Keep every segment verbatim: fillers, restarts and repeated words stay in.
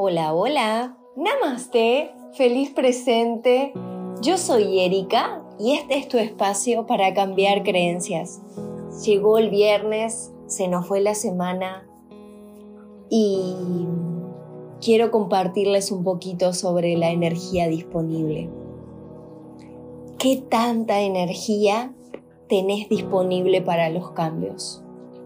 Hola, hola, Namaste, feliz presente. Yo soy Erika y este es tu espacio para cambiar creencias. Llegó el viernes, se nos fue la semana y quiero compartirles un poquito sobre la energía disponible. ¿Qué tanta energía tenés disponible para los cambios?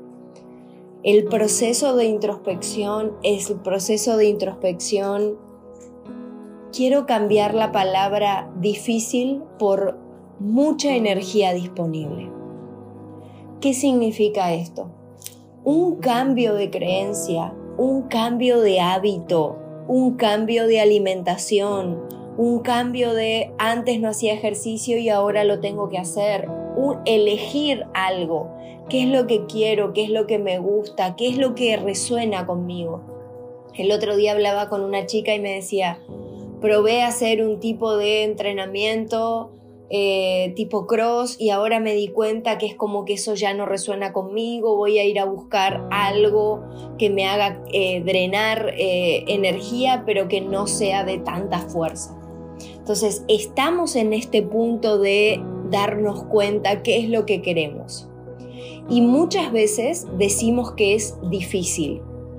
El proceso de introspección es el proceso de introspección. Quiero cambiar la palabra difícil por mucha energía disponible. ¿Qué significa esto? Un cambio de creencia, un cambio de hábito, un cambio de alimentación, un cambio de antes no hacía ejercicio y ahora lo tengo que hacer. Un, elegir algo, qué es lo que quiero, qué es lo que me gusta, qué es lo que resuena conmigo. El otro día hablaba con una chica y me decía, probé hacer un tipo de entrenamiento eh, tipo cross y ahora me di cuenta que es como que eso ya no resuena conmigo, voy a ir a buscar algo que me haga eh, drenar eh, energía, pero que no sea de tanta fuerza. Entonces, estamos en este punto de darnos cuenta qué es lo que queremos. Y muchas veces decimos que es difícil.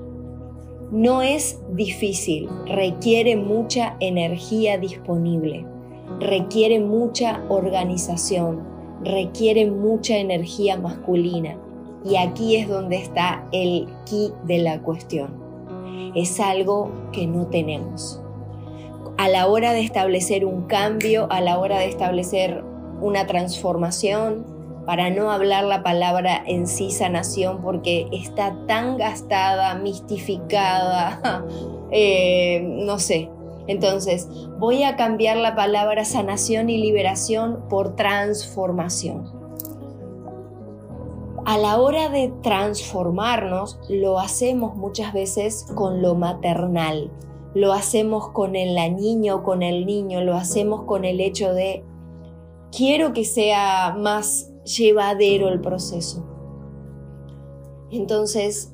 No es difícil, requiere mucha energía disponible, requiere mucha organización, requiere mucha energía masculina. Y aquí es donde está el quid de la cuestión. Es algo que no tenemos. A la hora de establecer un cambio, a la hora de establecer una transformación, para no hablar la palabra en sí sanación porque está tan gastada, mistificada, eh, no sé. Entonces, voy a cambiar la palabra sanación y liberación por transformación. A la hora de transformarnos, lo hacemos muchas veces con lo maternal. Lo hacemos con el niño, con el niño, lo hacemos con el hecho de quiero que sea más llevadero el proceso. Entonces,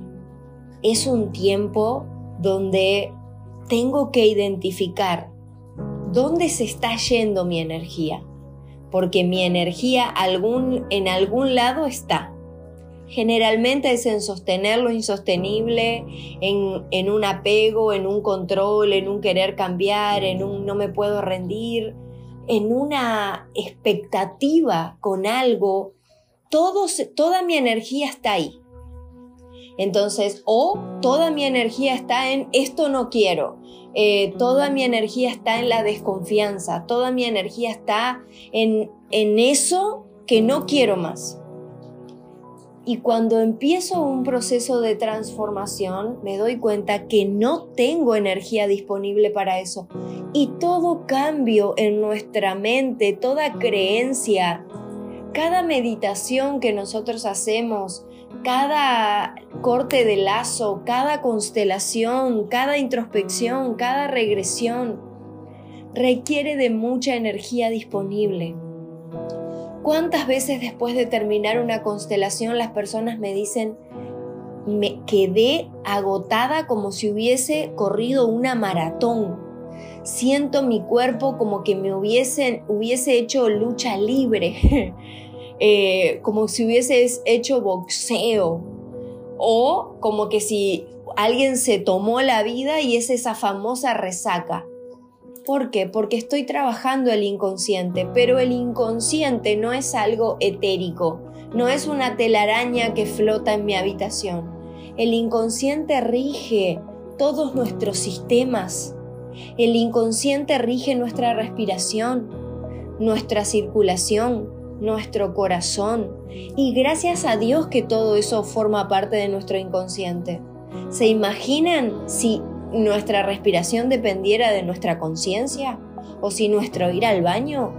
es un tiempo donde tengo que identificar dónde se está yendo mi energía, porque mi energía algún, en algún lado está. Generalmente es en sostener lo insostenible, en, en un apego, en un control, en un querer cambiar, en un no me puedo rendir, en una expectativa con algo. Todo, toda mi energía está ahí. Entonces, o toda mi energía está en esto no quiero, eh, toda mi energía está en la desconfianza, toda mi energía está en, en eso que no quiero más. Y cuando empiezo un proceso de transformación, me doy cuenta que no tengo energía disponible para eso. Y todo cambio en nuestra mente, toda creencia, cada meditación que nosotros hacemos, cada corte de lazo, cada constelación, cada introspección, cada regresión, requiere de mucha energía disponible. ¿Cuántas veces después de terminar una constelación las personas me dicen me quedé agotada como si hubiese corrido una maratón? Siento mi cuerpo como que me hubiesen, hubiese hecho lucha libre, eh, como si hubiese hecho boxeo, o como que si alguien se tomó la vida y es esa famosa resaca. ¿Por qué? Porque estoy trabajando el inconsciente, pero el inconsciente no es algo etérico, no es una telaraña que flota en mi habitación. El inconsciente rige todos nuestros sistemas. El inconsciente rige nuestra respiración, nuestra circulación, nuestro corazón. Y gracias a Dios que todo eso forma parte de nuestro inconsciente. ¿Se imaginan si nuestra respiración dependiera de nuestra conciencia? ¿O si nuestro ir al baño?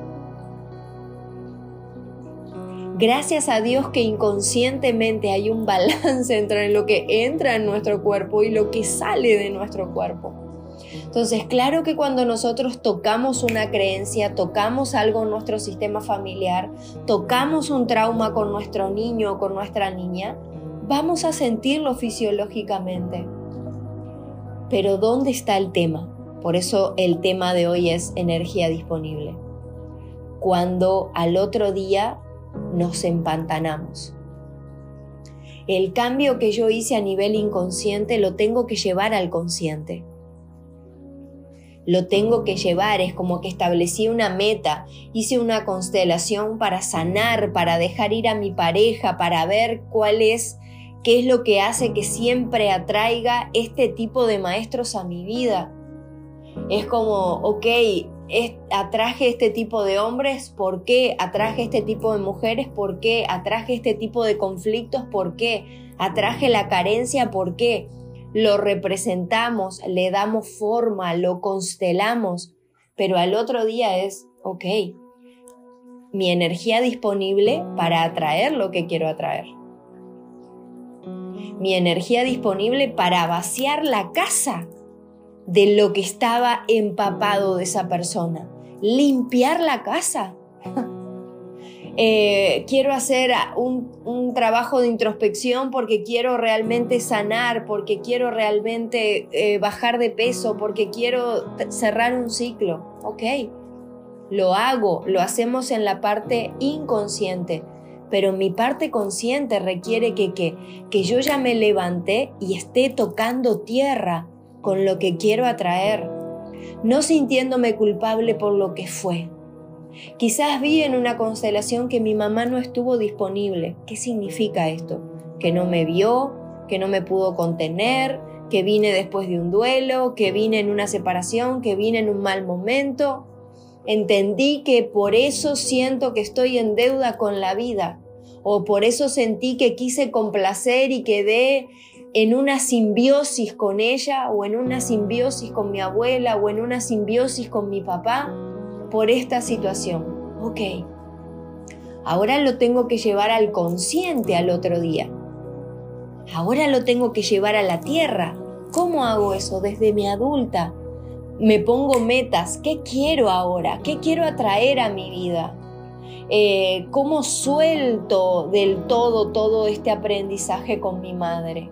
Gracias a Dios que inconscientemente hay un balance entre lo que entra en nuestro cuerpo y lo que sale de nuestro cuerpo. Entonces, claro que cuando nosotros tocamos una creencia, tocamos algo en nuestro sistema familiar, tocamos un trauma con nuestro niño o con nuestra niña, vamos a sentirlo fisiológicamente. Pero ¿dónde está el tema? Por eso el tema de hoy es energía disponible. Cuando al otro día nos empantanamos. El cambio que yo hice a nivel inconsciente lo tengo que llevar al consciente. Lo tengo que llevar, es como que establecí una meta, hice una constelación para sanar, para dejar ir a mi pareja, para ver cuál es, qué es lo que hace que siempre atraiga este tipo de maestros a mi vida. Es como, ok, es, atraje este tipo de hombres, ¿por qué? Atraje este tipo de mujeres, ¿por qué? Atraje este tipo de conflictos, ¿por qué? Atraje la carencia, ¿por qué? Lo representamos, le damos forma, lo constelamos, pero al otro día es, ok, mi energía disponible para atraer lo que quiero atraer. Mi energía disponible para vaciar la casa de lo que estaba empapado de esa persona. Limpiar la casa. Eh, quiero hacer un, un trabajo de introspección porque quiero realmente sanar, porque quiero realmente eh, bajar de peso, porque quiero cerrar un ciclo. Ok, lo hago, lo hacemos en la parte inconsciente, pero mi parte consciente requiere que, que, que yo ya me levanté y esté tocando tierra con lo que quiero atraer, no sintiéndome culpable por lo que fue. Quizás vi en una constelación que mi mamá no estuvo disponible. ¿Qué significa esto? Que no me vio, que no me pudo contener, que vine después de un duelo, que vine en una separación, que vine en un mal momento. Entendí que por eso siento que estoy en deuda con la vida, o por eso sentí que quise complacer y quedé en una simbiosis con ella, o en una simbiosis con mi abuela, o en una simbiosis con mi papá, por esta situación. Ok, ahora lo tengo que llevar al consciente al otro día. Ahora lo tengo que llevar a la tierra. ¿Cómo hago eso? Desde mi adulta. Me pongo metas. ¿Qué quiero ahora? ¿Qué quiero atraer a mi vida? Eh, ¿Cómo suelto del todo todo este aprendizaje con mi madre?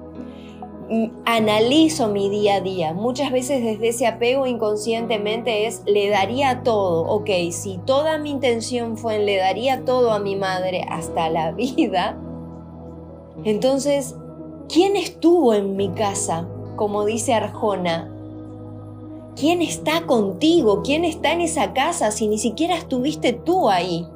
Analizo mi día a día. Muchas veces desde ese apego inconscientemente es le daría todo. Ok, si toda mi intención fue en le daría todo a mi madre hasta la vida, entonces, ¿quién estuvo en mi casa? Como dice Arjona, ¿quién está contigo? ¿Quién está en esa casa si ni siquiera estuviste tú ahí?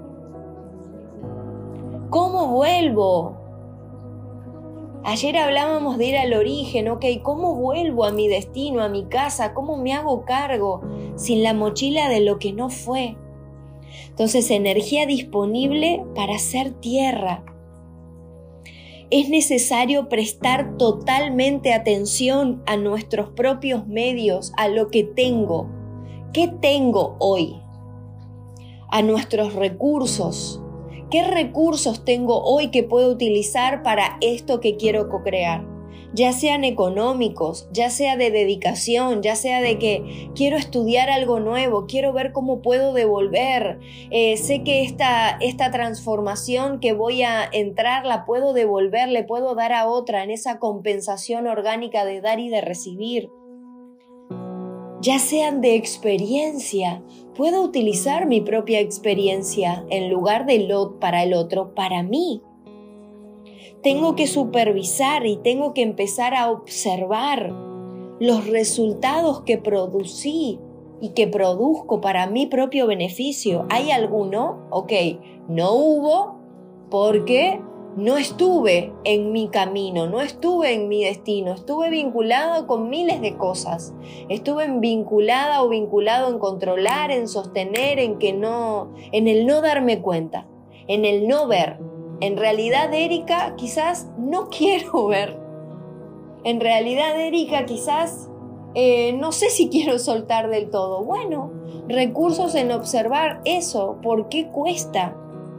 ¿Cómo vuelvo? Ayer hablábamos de ir al origen, ok, ¿cómo vuelvo a mi destino, a mi casa? ¿Cómo me hago cargo sin la mochila de lo que no fue? Entonces, energía disponible para hacer tierra. Es necesario prestar totalmente atención a nuestros propios medios, a lo que tengo. ¿Qué tengo hoy? A nuestros recursos. ¿Qué recursos tengo hoy que puedo utilizar para esto que quiero co-crear? Ya sean económicos, ya sea de dedicación, ya sea de que quiero estudiar algo nuevo, quiero ver cómo puedo devolver. Eh, sé que esta, esta transformación que voy a entrar la puedo devolver, le puedo dar a otra en esa compensación orgánica de dar y de recibir. Ya sean de experiencia, puedo utilizar mi propia experiencia en lugar de lo para el otro, para mí. Tengo que supervisar y tengo que empezar a observar los resultados que producí y que produzco para mi propio beneficio. ¿Hay alguno? Ok, no hubo porque no estuve en mi camino, no estuve en mi destino, estuve vinculado con miles de cosas. Estuve vinculada o vinculado en controlar, en sostener, en que no, en el no darme cuenta, en el no ver. En realidad, Erika, quizás no quiero ver. En realidad, Erika, quizás eh, no sé si quiero soltar del todo. Bueno, recursos en observar eso, ¿por qué cuesta?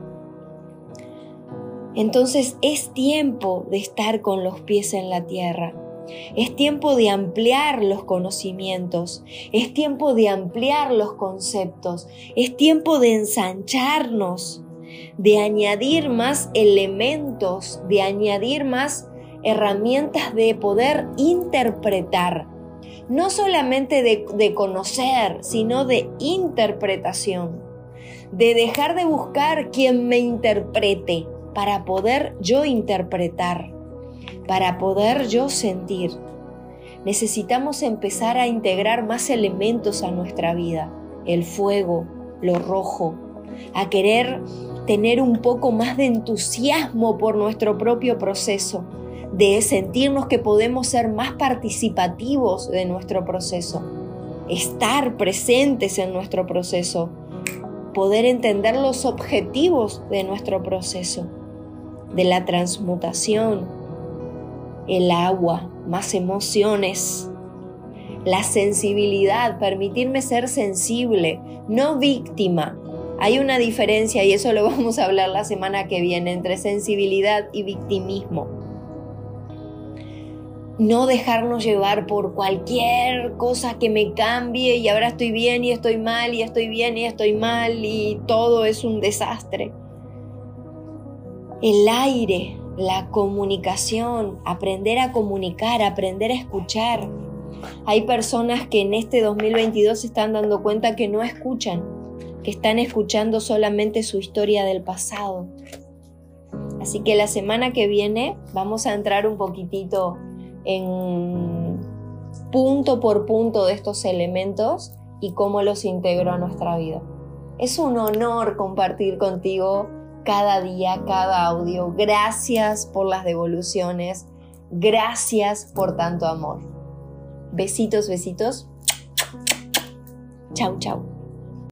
Entonces es tiempo de estar con los pies en la tierra. Es tiempo de ampliar los conocimientos. Es tiempo de ampliar los conceptos. Es tiempo de ensancharnos, de añadir más elementos, de añadir más herramientas de poder interpretar. No solamente de, de conocer, sino de interpretación. De dejar de buscar quien me interprete para poder yo interpretar, para poder yo sentir. Necesitamos empezar a integrar más elementos a nuestra vida. El fuego, lo rojo, a querer tener un poco más de entusiasmo por nuestro propio proceso, de sentirnos que podemos ser más participativos de nuestro proceso, estar presentes en nuestro proceso, poder entender los objetivos de nuestro proceso, de la transmutación, el agua, más emociones, la sensibilidad, permitirme ser sensible, no víctima. Hay una diferencia, y eso lo vamos a hablar la semana que viene, entre sensibilidad y victimismo. No dejarnos llevar por cualquier cosa que me cambie y ahora estoy bien y estoy mal y estoy bien y estoy mal y todo es un desastre. El aire, la comunicación, aprender a comunicar, aprender a escuchar. Hay personas que en este dos mil veintidós se están dando cuenta que no escuchan, que están escuchando solamente su historia del pasado. Así que la semana que viene vamos a entrar un poquitito en punto por punto de estos elementos y cómo los integro a nuestra vida. Es un honor compartir contigo cada día, cada audio. Gracias por las devoluciones. Gracias por tanto amor. Besitos, besitos. Chau, chau.